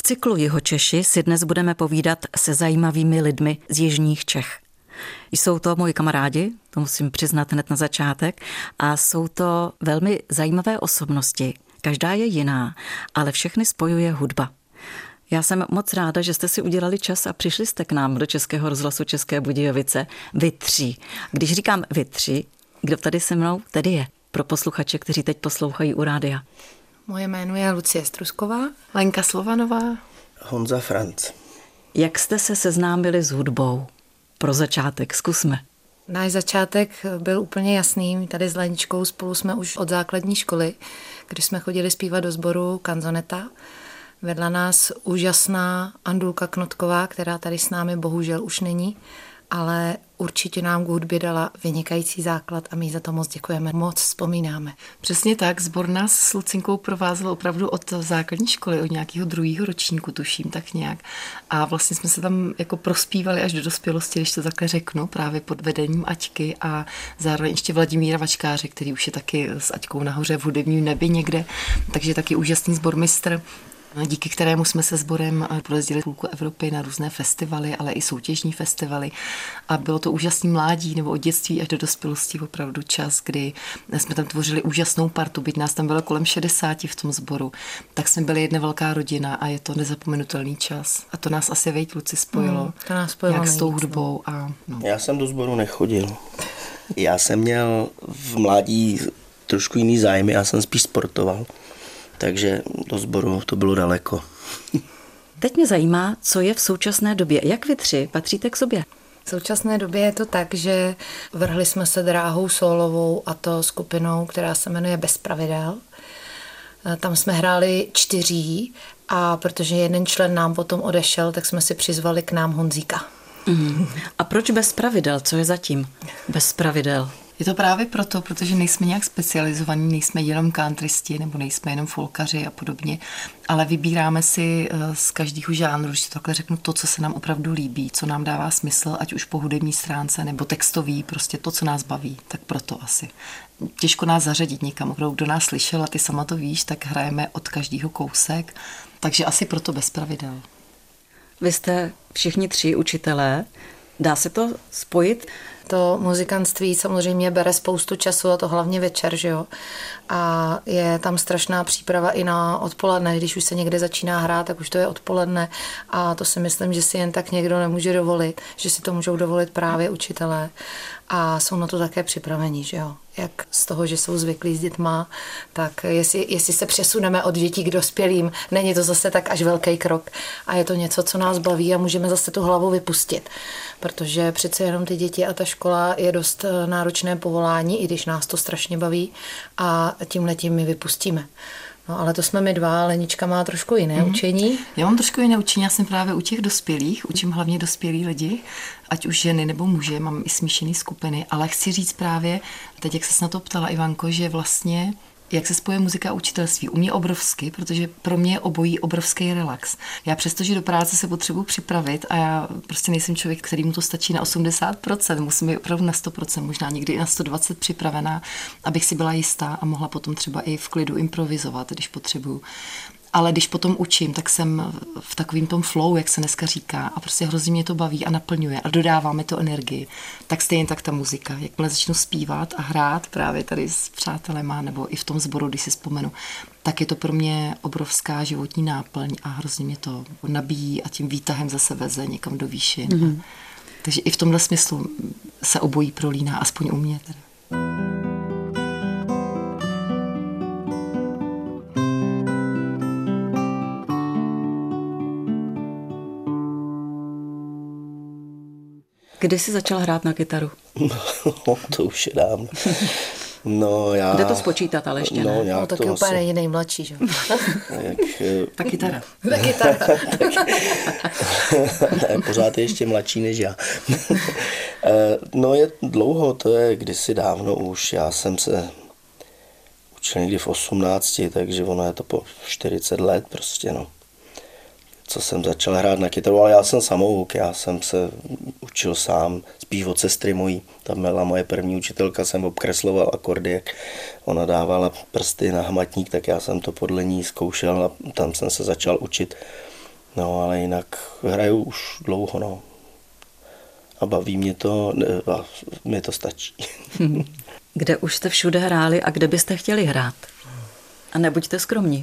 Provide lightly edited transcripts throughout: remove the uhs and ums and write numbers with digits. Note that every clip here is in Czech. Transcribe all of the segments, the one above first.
cyklu Jihočeši si dnes budeme povídat se zajímavými lidmi z jižních Čech. Jsou to moji kamarádi, to musím přiznat hned na začátek, a jsou to velmi zajímavé osobnosti. Každá je jiná, ale všechny spojuje hudba. Já jsem moc ráda, že jste si udělali čas a přišli jste k nám do Českého rozhlasu České Budějovice. Vy tři. Když říkám vy tři, kdo tady se mnou tedy je? Pro posluchače, kteří teď poslouchají u rádia. Moje jméno je Lucie Strusková, Lenka Slovanová, Honza Franc. Jak jste se seznámili s hudbou? Pro začátek, zkusme. Náš začátek byl úplně jasný. Tady s Leničkou spolu jsme už od základní školy, když jsme chodili zpívat do sboru Kanzoneta. Vedla nás úžasná Andulka Knotková, která tady s námi bohužel už není, ale určitě nám k hudbě dala vynikající základ a my za to moc děkujeme, moc vzpomínáme. Přesně tak, sbor nás s Lucinkou provázel opravdu od základní školy, od nějakého 2. ročníku, tuším, tak nějak. A vlastně jsme se tam jako prospívali až do dospělosti, když to takhle řeknu, právě pod vedením Aťky a zároveň ještě Vladimíra Vačkáře, který už je taky s Aťkou nahoře v hudebním nebi někde, takže taky úžasný sbormistr, díky kterému jsme se sborem projezdili půlku Evropy na různé festivaly, ale i soutěžní festivaly. A bylo to úžasný mládí, nebo od dětství až do dospělosti opravdu čas, kdy jsme tam tvořili úžasnou partu, byť nás tam bylo kolem 60 v tom sboru, tak jsme byli jedna velká rodina a je to nezapomenutelný čas. A to nás asi Luci spojilo. To nás spojilo jak nejvíc, s tou hudbou. A, no. Já jsem do sboru nechodil. Já jsem měl v mládí trošku jiný zájmy, já jsem spíš sportoval. Takže do sboru to bylo daleko. Teď mě zajímá, co je v současné době. Jak vy tři patříte k sobě? V současné době je to tak, že vrhli jsme se dráhou sólovou, a to skupinou, která se jmenuje Bez pravidel. Tam jsme hráli 4 a protože jeden člen nám potom odešel, tak jsme si přizvali k nám Honzíka. A proč Bez pravidel? Co je zatím Bez pravidel? Je to právě proto, protože nejsme nějak specializovaní, nejsme jenom countrysti nebo nejsme jenom folkaři a podobně, ale vybíráme si z každého žánru, že to takhle řeknu, to, co se nám opravdu líbí, co nám dává smysl, ať už po hudební stránce nebo textový, prostě to, co nás baví, tak proto asi. Těžko nás zařadit někam, kdo nás slyšel a ty sama to víš, tak hrajeme od každého kousek, takže asi proto Bez pravidel. Vy jste všichni 3 učitelé, dá se to spojit? To muzikantství samozřejmě bere spoustu času a to hlavně večer, že jo. A je tam strašná příprava i na odpoledne, když už se někde začíná hrát, tak už to je odpoledne a to si myslím, že si jen tak někdo nemůže dovolit, že si to můžou dovolit právě učitelé a jsou na to také připraveni, že jo. Jak z toho, že jsou zvyklí s dětma, tak jestli se přesuneme od dětí k dospělým, není to zase tak až velký krok a je to něco, co nás baví a můžeme zase tu hlavu vypustit, protože přece jenom ty děti a ta škola je dost náročné povolání, i když nás to strašně baví a tímhletím my vypustíme. No, ale to jsme my 2, Lenička má trošku jiné učení. Já mám trošku jiné učení, já jsem právě u těch dospělých, učím hlavně dospělí lidi, ať už ženy nebo muže, mám i smíšené skupiny, ale chci říct právě, teď jak ses na to ptala Ivanko, že vlastně jak se spojuje muzika a učitelství. U mě obrovsky, protože pro mě je obojí obrovský relax. Já přestože do práce se potřebuji připravit a já prostě nejsem člověk, který mu to stačí na 80%, musím být opravdu na 100%, možná někdy i na 120 připravená, abych si byla jistá a mohla potom třeba i v klidu improvizovat, když potřebuju. Ale když potom učím, tak jsem v takovým tom flow, jak se dneska říká, a prostě hrozně mě to baví a naplňuje a dodává mi to energii. Tak stejně tak ta muzika. Jakmile začnu zpívat a hrát právě tady s přátelema nebo i v tom sboru, když si vzpomenu, tak je to pro mě obrovská životní náplň a hrozně mě to nabíjí a tím výtahem zase veze někam do výšin. Takže i v tomhle smyslu se obojí prolíná, aspoň u mě teda. Kdy jsi začal hrát na kytaru? No, to už je dávno. No, já... Jde to spočítat, ale ještě ne. No, taky úplně není nejmladší, že? Ta kytara. Ta kytara. Ne, pořád je ještě mladší než já. No, je dlouho, to je kdysi dávno už. Já jsem se učil někdy v 18, takže ono je to po 40 let prostě, no. Co jsem začal hrát na kytaru, ale já jsem samouk, já jsem se učil sám, spíš od sestry mojí. Tam byla moje první učitelka, jsem obkresloval akordy, jak ona dávala prsty na hmatník, tak já jsem to podle ní zkoušel a tam jsem se začal učit. No, ale jinak hraju už dlouho, no. A baví mě to, a mě to stačí. Kde už jste všude hráli a kde byste chtěli hrát? A nebuďte skromní.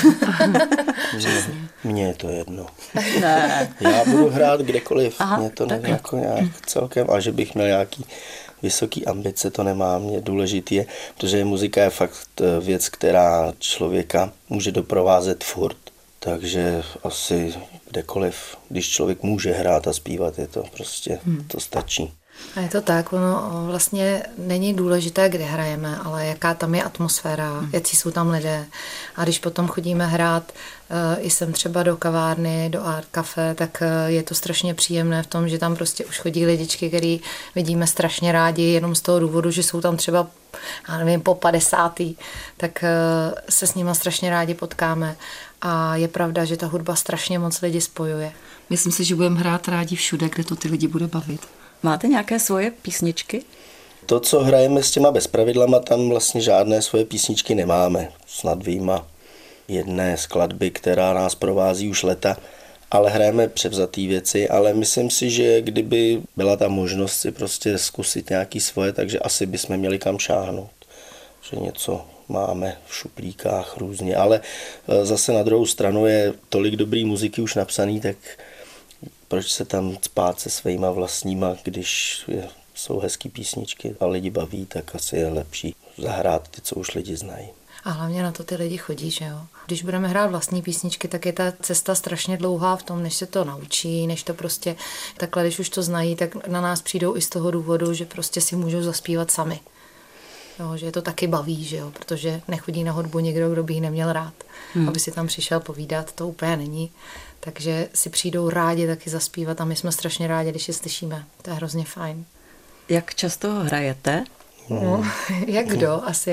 Mně je to jedno. Ne. Já budu hrát kdekoliv. Aha, mě to není jako nějak celkem, a že bych měl nějaký vysoký ambice, to nemá. Mě důležitý je, protože muzika je fakt věc, která člověka může doprovázet furt. Takže asi kdekoliv, když člověk může hrát a zpívat, je to prostě, to stačí. A je to tak, ono vlastně není důležité, kde hrajeme, ale jaká tam je atmosféra, jaký jsou tam lidé. A když potom chodíme hrát i sem třeba do kavárny, do Art Café, tak je to strašně příjemné v tom, že tam prostě už chodí lidičky, který vidíme strašně rádi, jenom z toho důvodu, že jsou tam třeba, já nevím, po 50. Tak se s nima strašně rádi potkáme. A je pravda, že ta hudba strašně moc lidi spojuje. Myslím si, že budeme hrát rádi všude, kde to ty lidi bude bavit. Máte nějaké svoje písničky? To, co hrajeme s těma bezpravidlama, tam vlastně žádné svoje písničky nemáme. Snad vyjma jedné skladby, která nás provází už leta, ale hrajeme převzatý věci, ale myslím si, že kdyby byla ta možnost si prostě zkusit nějaký svoje, takže asi bychom měli kam šáhnout. Že něco máme v šuplíkách různě, ale zase na druhou stranu je tolik dobrý muziky už napsaný, tak proč se tam cpát se svýma vlastníma, když jsou hezký písničky a lidi baví, tak asi je lepší zahrát ty, co už lidi znají. A hlavně na to ty lidi chodí, že jo. Když budeme hrát vlastní písničky, tak je ta cesta strašně dlouhá v tom, než se to naučí, než to prostě takhle, když už to znají, tak na nás přijdou i z toho důvodu, že prostě si můžou zaspívat sami. Jo, že je to taky baví, že jo, protože nechodí na hudbu někdo, kdo by ji neměl rád. Aby si tam přišel povídat, to úplně není. Takže si přijdou rádi taky zaspívat a my jsme strašně rádi, když je slyšíme. To je hrozně fajn. Jak často hrajete? No, jak kdo asi.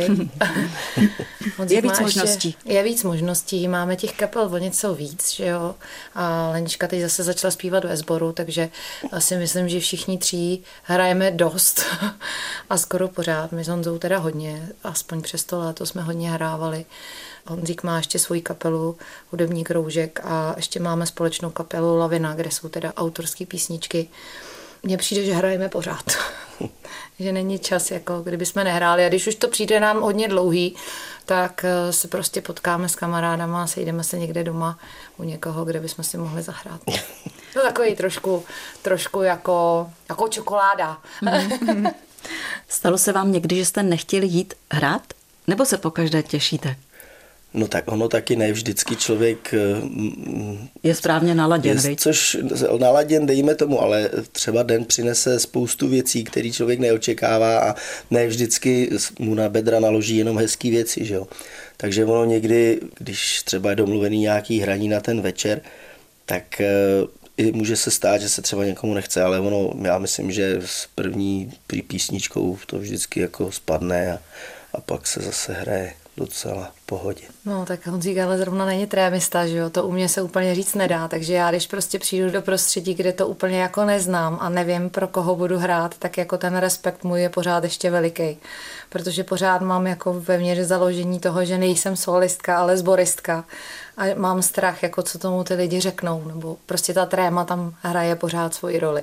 Je víc možností. Je víc možností, máme těch kapel o něco víc, že jo. A Lenička teď zase začala zpívat ve sboru, takže asi myslím, že všichni tří hrajeme dost a skoro pořád. My s Honzou teda hodně, aspoň přes to léto jsme hodně hrávali. Honzík má ještě svoji kapelu, hudební kroužek, a ještě máme společnou kapelu Lavina, kde jsou teda autorské písničky. Mně přijde, že hrajeme pořád. Že není čas, jako kdyby jsme nehráli. A když už to přijde nám hodně dlouhý, tak se prostě potkáme s kamarádama a sejdeme se někde doma u někoho, kde bychom si mohli zahrát. No takový trošku jako čokoláda. Stalo se vám někdy, že jste nechtěli jít hrát? Nebo se pokaždé těšíte? No tak ono taky ne vždycky člověk je správně naladěn, což naladěn, dejme tomu, ale třeba den přinese spoustu věcí, které člověk neočekává a ne vždycky mu na bedra naloží jenom hezký věci, že jo. Takže ono někdy, když třeba je domluvený nějaký hraní na ten večer, tak může se stát, že se třeba někomu nechce, ale ono, já myslím, že s první písničkou to vždycky jako spadne a pak se zase hraje docela v pohodě. No tak Honzík ale zrovna není trémista, že jo, to u mě se úplně říct nedá, takže já když prostě přijdu do prostředí, kde to úplně jako neznám a nevím, pro koho budu hrát, tak jako ten respekt můj je pořád ještě veliký, protože pořád mám jako vevnitř založení toho, že nejsem solistka, ale sboristka a mám strach, jako co tomu ty lidi řeknou, nebo prostě ta tréma tam hraje pořád svoji roli.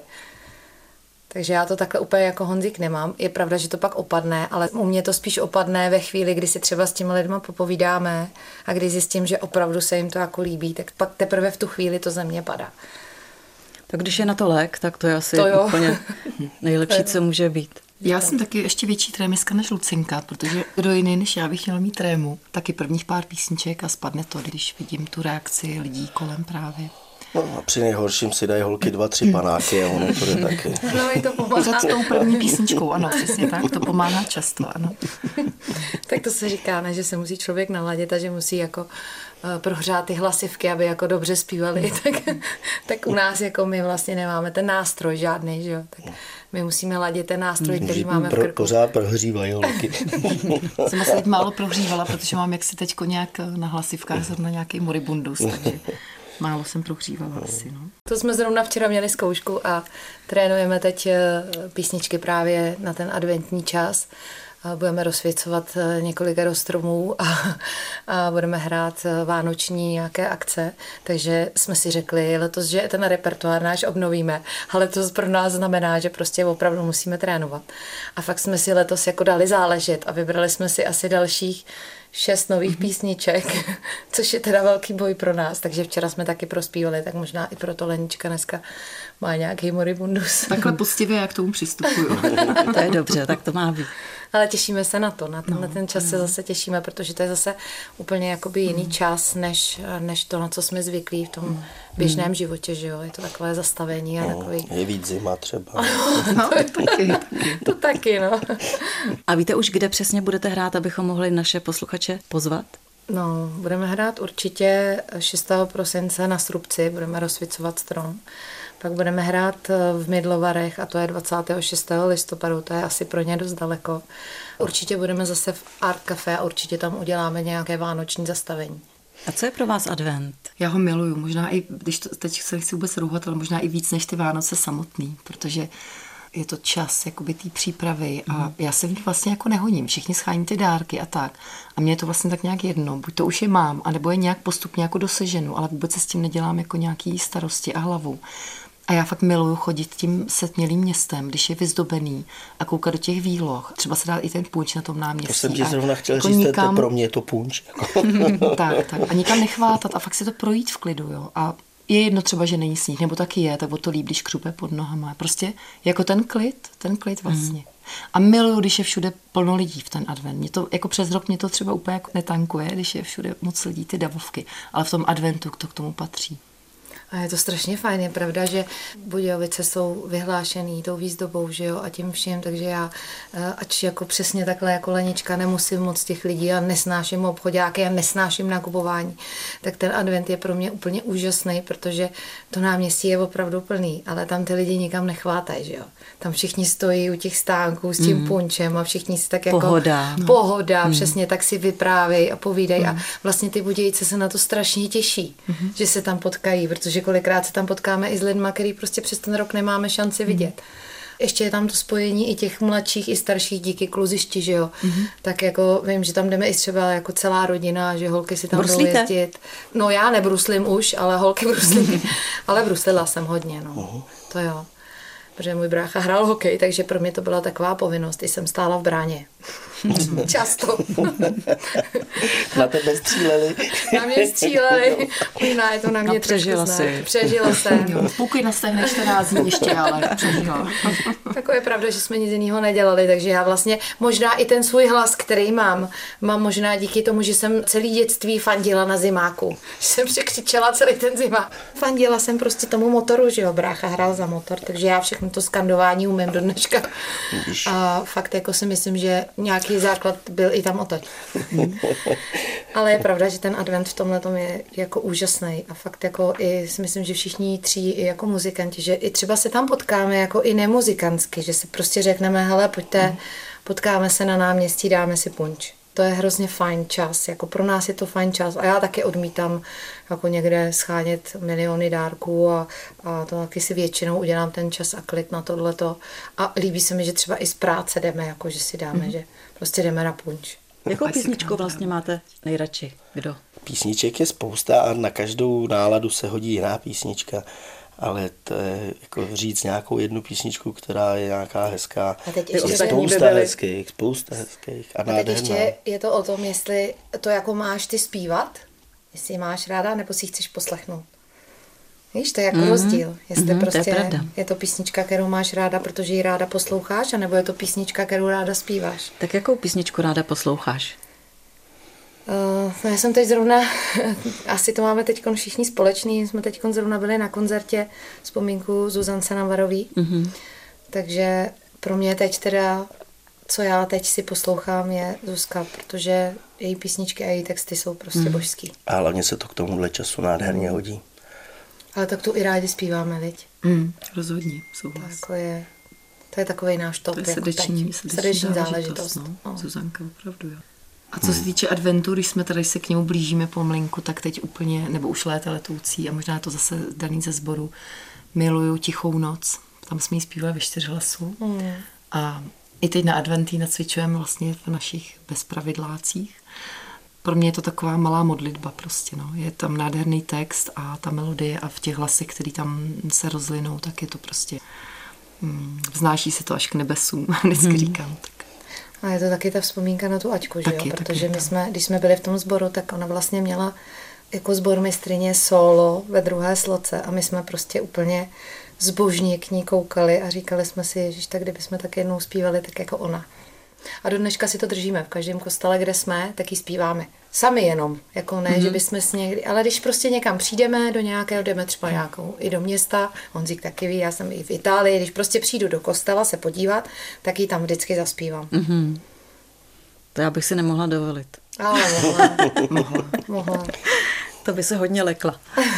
Takže já to takhle úplně jako Honzík nemám. Je pravda, že to pak opadne, ale u mě to spíš opadne ve chvíli, kdy si třeba s těmi lidma popovídáme a když zjistím, že opravdu se jim to jako líbí, tak pak teprve v tu chvíli to ze mě padá. Tak když je na to lék, tak to je asi úplně nejlepší, co může být. Já jsem taky ještě větší trémiska než Lucinka, protože kdo jiný než já bych měla mít trému. Taky prvních pár písniček a spadne to, když vidím tu reakci lidí kolem právě. No a při nejhorším si dají holky 2-3 panáky a ono to je taky. No i to pomáhá. S tou první písničkou, ano, přesně tak, to pomáhá často, ano. Tak to se říká, ne, že se musí člověk naladit a že musí jako prohřát ty hlasivky, aby jako dobře zpívali, tak u nás jako my vlastně nemáme ten nástroj žádný, že jo, tak my musíme ladit ten nástroj, který máme v krku. Pořád prohřívají holky. Jsem se teď málo prohřívala, protože mám jaksi teďko nějak na hlasivkách zrovna nějaký moribundus, takže málo jsem prohřívala asi, no. To jsme zrovna včera měli zkoušku a trénujeme teď písničky právě na ten adventní čas. budeme rozsvěcovat několik stromů a budeme hrát vánoční nějaké akce. Takže jsme si řekli letos, že ten repertoár náš obnovíme, ale to pro nás znamená, že prostě opravdu musíme trénovat. A fakt jsme si letos jako dali záležet a vybrali jsme si asi dalších 6 nových písniček, což je teda velký boj pro nás, takže včera jsme taky prospívali, tak možná i proto Lenička dneska má nějaký moribundus. Takhle poctivě jak k tomu přistupuju. To je dobře, tak to má být. Ale těšíme se na to, na ten čas se zase těšíme, protože to je zase úplně jakoby jiný čas, než to, na co jsme zvyklí v tom běžném životě, že jo, je to takové zastavení a takový... Je víc zima třeba. No, To taky, no. A víte už, kde přesně budete hrát, abychom mohli naše posluchače pozvat? No, budeme hrát určitě 6. prosince na Srubci, budeme rozsvicovat strom. Pak budeme hrát v Mydlovarech a to je 26. listopadu, to je asi pro ně dost daleko. Určitě budeme zase v Art Café a určitě tam uděláme nějaké vánoční zastavení. A co je pro vás advent? Já ho miluju, možná i, když to, teď se nechci vůbec rouhat, ale možná i víc než ty Vánoce samotný, protože je to čas jakoby té přípravy a já se v ní vlastně jako nehoním. Všichni schání ty dárky a tak. A mně je to vlastně tak nějak jedno. Buď to už je mám, anebo je nějak postupně jako doseženu, ale vůbec se s tím nedělám jako nějaký starosti a hlavu. A já fakt miluju chodit tím setmělým městem, když je vyzdobený a koukat do těch výloh. Třeba se dát i ten punč na tom náměstí. To jsem ti zrovna chtěl jako říct, nikam... pro mě je to punč. tak. A nikam nechvátat a fakt si to projít v klidu, jo. A je jedno třeba, že není sníh, nebo taky je, tak o to líp, když křupe pod nohama. Prostě jako ten klid vlastně. A miluju, když je všude plno lidí v ten advent. Mě to, jako přes rok mě to třeba úplně jako netankuje, když je všude moc lidí, ty davovky. Ale v tom adventu to k tomu patří. A je to strašně fajn, je pravda, že Budějovice jsou vyhlášený tou výzdobou, že jo, a tím vším, takže já, ač jako přesně takhle jako Lenička nemusím moc těch lidí a nesnáším obchodáky a nesnáším nakupování, tak ten advent je pro mě úplně úžasný, protože to náměstí je opravdu plný, ale tam ty lidi nikam nechvátají, že jo. Tam všichni stojí u těch stánků s tím punčem a všichni si tak jako... Pohoda, přesně tak si vyprávějí a povídají a vlastně ty Budějice se na to strašně těší, že se tam potkají, protože kolikrát se tam potkáme i s lidma, který prostě přes ten rok nemáme šanci vidět. Ještě je tam to spojení i těch mladších, i starších díky kluzišti, že jo. Tak jako vím, že tam jdeme i třeba jako celá rodina, že holky si tam jdou jezdit. No já nebruslím už, ale holky bruslí. Ale bruslila jsem hodně, no. To jo. Protože můj brácha hrál hokej, takže pro mě to byla taková povinnost. I jsem stála v bráně. Často. Na tebe stříleli. Na mě stříleli. Možná je to na mě přežila si. Přežila jsem. Půky na stehnech 14 dní ještě, ale přežila. Tak je pravda, že jsme nic jiného nedělali, takže já vlastně možná i ten svůj hlas, který mám možná díky tomu, že jsem celý dětství fandila na zimáku. Že jsem překřičela celý ten zimák. Fandila jsem prostě tomu motoru, že jo, brácha hrál za motor, takže já všechno to skandování umím do dneška. A fakt jako si myslím, že nějaký základ byl i tam odtud. Ale je pravda, že ten advent v tomhletom je jako úžasný a fakt jako i si myslím, že všichni tří i jako muzikanti, že i třeba se tam potkáme jako i nemuzikantsky, že si prostě řekneme, hele, pojďte, potkáme se na náměstí, dáme si punč. To je hrozně fajn čas, jako pro nás je to fajn čas a já taky odmítám jako někde schánět miliony dárků a to taky si většinou udělám ten čas a klid na tohleto a líbí se mi, že třeba i z práce jdeme, jako že si dáme, že prostě jdeme na punč. Jakou písničku vlastně máte nejradši? Kdo? Písniček je spousta a na každou náladu se hodí jiná písnička. Ale to je jako říct nějakou jednu písničku, která je nějaká hezká. A teď je spousta hezkých a nádherná. teď ještě je to o tom, jestli to jako máš ty zpívat, jestli máš ráda, nebo si chceš poslechnout. Víš, to je jako rozdíl. Jestli prostě je to písnička, kterou máš ráda, protože ji ráda posloucháš, anebo je to písnička, kterou ráda zpíváš. Tak jakou písničku ráda posloucháš? No já jsem teď zrovna, asi to máme teď všichni společný, jsme teď zrovna byli na koncertě vzpomínku Zuzance Navarový, takže pro mě teď teda, co já teď si poslouchám, je Zuzka, protože její písničky a její texty jsou prostě božský. A hlavně se to k tomuhle času nádherně hodí. Ale tak tu i rádi zpíváme, viď? Rozhodně, souhlas. To je takový náš top. To je srdeční záležitost. No. Zuzanka, opravdu, jo. A co se týče adventu, když jsme tady se k němu blížíme pomalinku, tak teď úplně, nebo už léta letoucí a možná to zase daný ze sboru, miluju Tichou noc. Tam jsme ji zpívali ve 4 hlasů. A I teď na adventí nacvičujeme vlastně v našich bezpravidlácích. Pro mě je to taková malá modlitba prostě, no. Je tam nádherný text a ta melodie a v těch hlasech, které tam se rozlinou, tak je to prostě, vznáší se to až k nebesům, vždycky říkám. Tak. A je to taky ta vzpomínka na tu Aťku, že jo? Protože když jsme byli v tom sboru, tak ona vlastně měla jako sbormistryně solo ve druhé sloce a my jsme prostě úplně zbožně k ní koukali a říkali jsme si, ježiš, tak kdybychom tak jednou zpívali, tak jako ona. A do dneška si to držíme. V každém kostele, kde jsme, tak ji zpíváme. Sami jenom. Jako ne, že bychom s někdy... Ale když prostě někam přijdeme do nějakého, jdeme třeba nějakou i do města, Honzík taky ví, já jsem i v Itálii, když prostě přijdu do kostela se podívat, tak ji tam vždycky zaspívám. To já bych si nemohla dovolit. Ale mohla. To by se hodně lekla.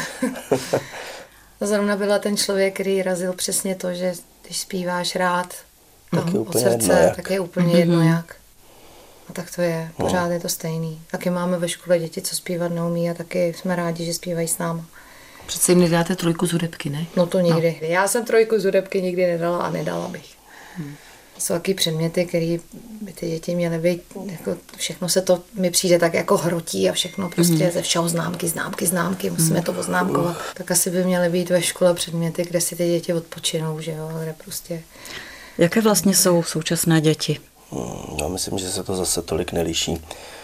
Zrovna byla ten člověk, který razil přesně to, že když zpíváš rád od srdce, tak je úplně jedno jak. A tak to je, pořád je to stejný. Taky máme ve škole děti, co zpívat neumí a taky jsme rádi, že zpívají s náma. Přece jim nedáte 3 z hudebky, ne? No to nikdy. No. Já jsem 3 z hudebky nikdy nedala a nedala bych. Jsou taky předměty, které by ty děti měly být, jako všechno se to mi přijde tak jako hrotí a všechno prostě ze všeho známky, musíme to oznámkovat. Tak asi by měly být ve škole předměty, kde si ty děti odpočinou, že jo, kde prostě... Jaké vlastně jsou současné děti? No, myslím, že se to zase tolik neliší.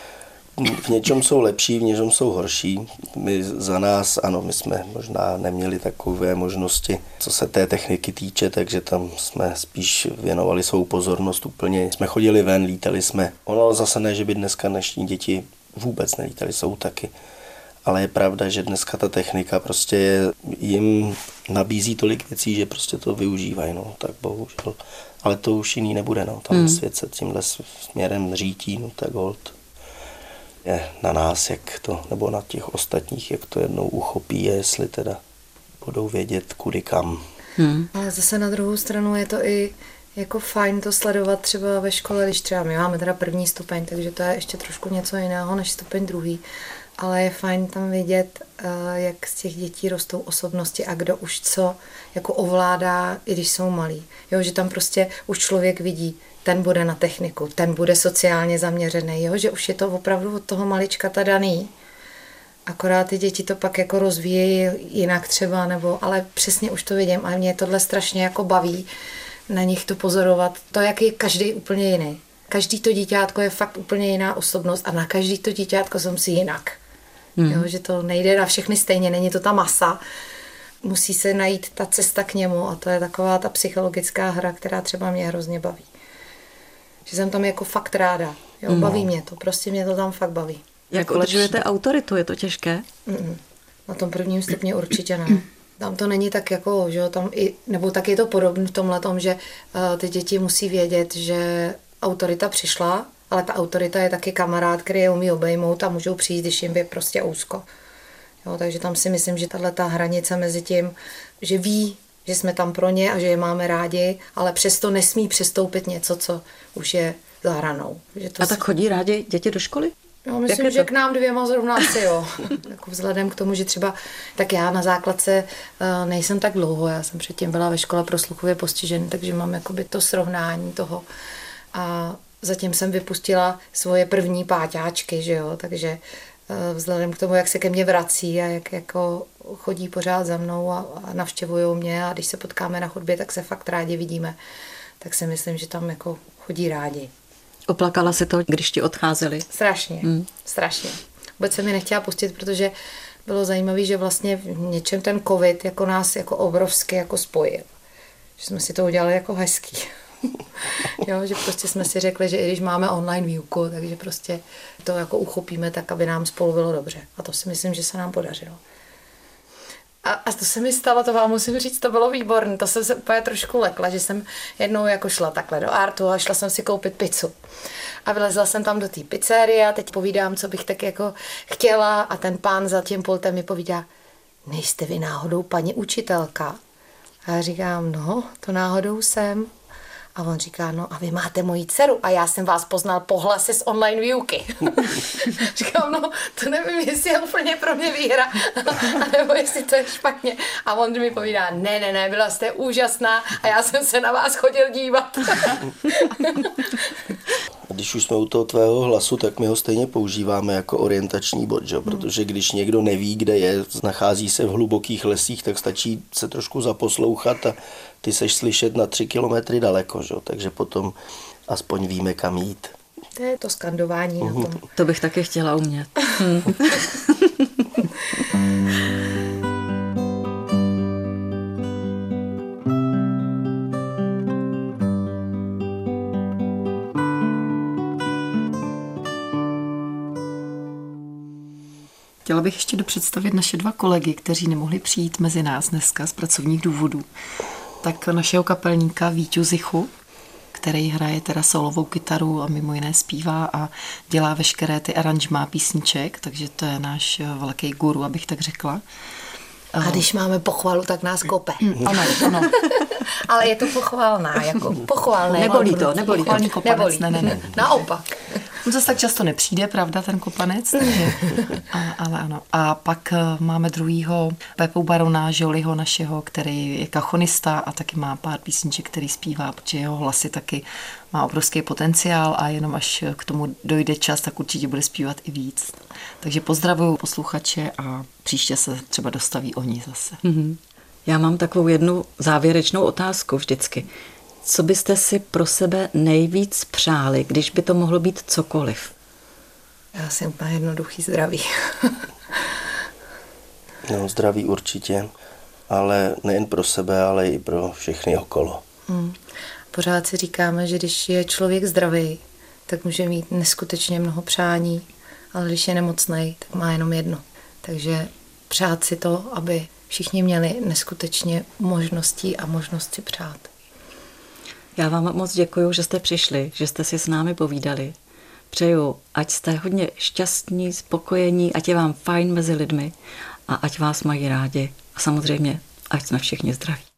V něčem jsou lepší, v něčem jsou horší. My za nás, ano, my jsme možná neměli takové možnosti, co se té techniky týče, takže tam jsme spíš věnovali svou pozornost úplně. Jsme chodili ven, lítali jsme. Ono zase ne, že by dneska dnešní děti vůbec nelítali, jsou taky. Ale je pravda, že dneska ta technika prostě jim nabízí tolik věcí, že prostě to využívají, no, tak bohužel. Ale to už jiný nebude, no, tam svět se tímhle směrem řítí, no, tak holt. Je na nás, jak to, nebo na těch ostatních, jak to jednou uchopí, jestli teda budou vědět, kudy kam. Ale zase na druhou stranu je to i jako fajn to sledovat třeba ve škole, když třeba my máme teda 1. stupeň, takže to je ještě trošku něco jiného než stupeň 2. Ale je fajn tam vidět, jak z těch dětí rostou osobnosti a kdo už co jako ovládá, i když jsou malí. Jo, že tam prostě už člověk vidí, ten bude na techniku, ten bude sociálně zaměřený, jo, že už je to opravdu od toho maličkata daný. Akorát ty děti to pak jako rozvíjejí jinak třeba, nebo, ale přesně už to vidím a mě tohle strašně jako baví na nich to pozorovat, to, jak je každý úplně jiný. Každý to díťátko je fakt úplně jiná osobnost a na každý to díťátko jsem si jinak. Jo, že to nejde na všechny stejně, není to ta masa. Musí se najít ta cesta k němu a to je taková ta psychologická hra, která třeba mě hrozně baví. Že jsem tam jako fakt ráda. Jo, baví mě to, prostě mě to tam fakt baví. Jak udržujete autoritu, je to těžké? Na tom 1. stupni určitě ne. Tam to není tak jako, že tam i, nebo tak je to podobné v tomhletom, že ty děti musí vědět, že autorita přišla, ale ta autorita je taky kamarád, který je umí obejmout a můžou přijít, když jim je prostě úzko. Jo, takže tam si myslím, že tato hranice mezi tím, že ví, že jsme tam pro ně a že je máme rádi, ale přesto nesmí přestoupit něco, co už je za hranou. Že to a tak chodí rádi děti do školy? No, myslím, že k nám 2 zrovna asi jo. Jako vzhledem k tomu, že třeba, tak já na základce nejsem tak dlouho, já jsem předtím byla ve škole pro sluchově postižený, takže mám jakoby to srovnání toho. A zatím jsem vypustila svoje první páťáčky, že jo, takže vzhledem k tomu, jak se ke mně vrací a jak jako chodí pořád za mnou a navštěvují mě a když se potkáme na chodbě, tak se fakt rádi vidíme, tak si myslím, že tam jako chodí rádi. Oplakala si to, když ti odcházeli? Strašně. Vůbec se mi nechtěla pustit, protože bylo zajímavé, že vlastně v něčem ten covid jako nás jako obrovsky jako spojil. Že jsme si to udělali jako hezký. Jo, že prostě jsme si řekli, že i když máme online výuku, takže prostě to jako uchopíme tak, aby nám spolu bylo dobře. A to si myslím, že se nám podařilo. A to se mi stalo, to vám musím říct, to bylo výborné. To jsem se úplně trošku lekla, že jsem jednou jako šla takhle do Artu a šla jsem si koupit pizzu. A vylezla jsem tam do té pizzerie a teď povídám, co bych tak jako chtěla a ten pán za tím pultem mi povídá, nejste vy náhodou paní učitelka? A já říkám, no, to náhodou jsem. A on říká, no a vy máte moji dceru a já jsem vás poznal po hlase z online výuky. Říkám, no to nevím, jestli je úplně pro mě výhra, nebo jestli to je špatně. A on mi povídá, ne, byla jste úžasná a já jsem se na vás chodil dívat. Když už jsme u toho tvého hlasu, tak my ho stejně používáme jako orientační bod, že? Protože když někdo neví, kde je, nachází se v hlubokých lesích, tak stačí se trošku zaposlouchat a ty seš slyšet na 3 kilometry daleko, že? Takže potom aspoň víme, kam jít. To je to skandování na tom. To bych taky chtěla umět. Chtěla bych ještě dopředstavit naše 2 kolegy, kteří nemohli přijít mezi nás dneska z pracovních důvodů. Tak našeho kapelníka Víťu Zichu, který hraje teda solovou kytaru a mimo jiné zpívá a dělá veškeré ty aranžmá písniček, takže to je náš velký guru, abych tak řekla. A když máme pochvalu, tak nás kope. Ano. Ale je to pochválná, jako pochválné. Nebolí to. Pochválný kopanec, ne. Naopak. On zase tak často nepřijde, pravda, ten kopanec, takže, ale ano. A pak máme druhýho Pepu Barona Žoliho našeho, který je kachonista a taky má pár písniček, který zpívá, protože jeho hlasy taky má obrovský potenciál a jenom až k tomu dojde čas, tak určitě bude zpívat i víc. Takže pozdravuju posluchače a příště se třeba dostaví oni zase. Já mám takovou jednu závěrečnou otázku vždycky. Co byste si pro sebe nejvíc přáli, když by to mohlo být cokoliv? Já jsem úplně jednoduchý zdraví. No, zdraví určitě, ale nejen pro sebe, ale i pro všechny okolo. Pořád si říkáme, že když je člověk zdravý, tak může mít neskutečně mnoho přání, ale když je nemocnej, tak má jenom jedno. Takže přát si to, aby všichni měli neskutečně možností a možnost si přát. Já vám moc děkuju, že jste přišli, že jste si s námi povídali. Přeju, ať jste hodně šťastní, spokojení, ať je vám fajn mezi lidmi a ať vás mají rádi. A samozřejmě, ať jsme všichni zdraví.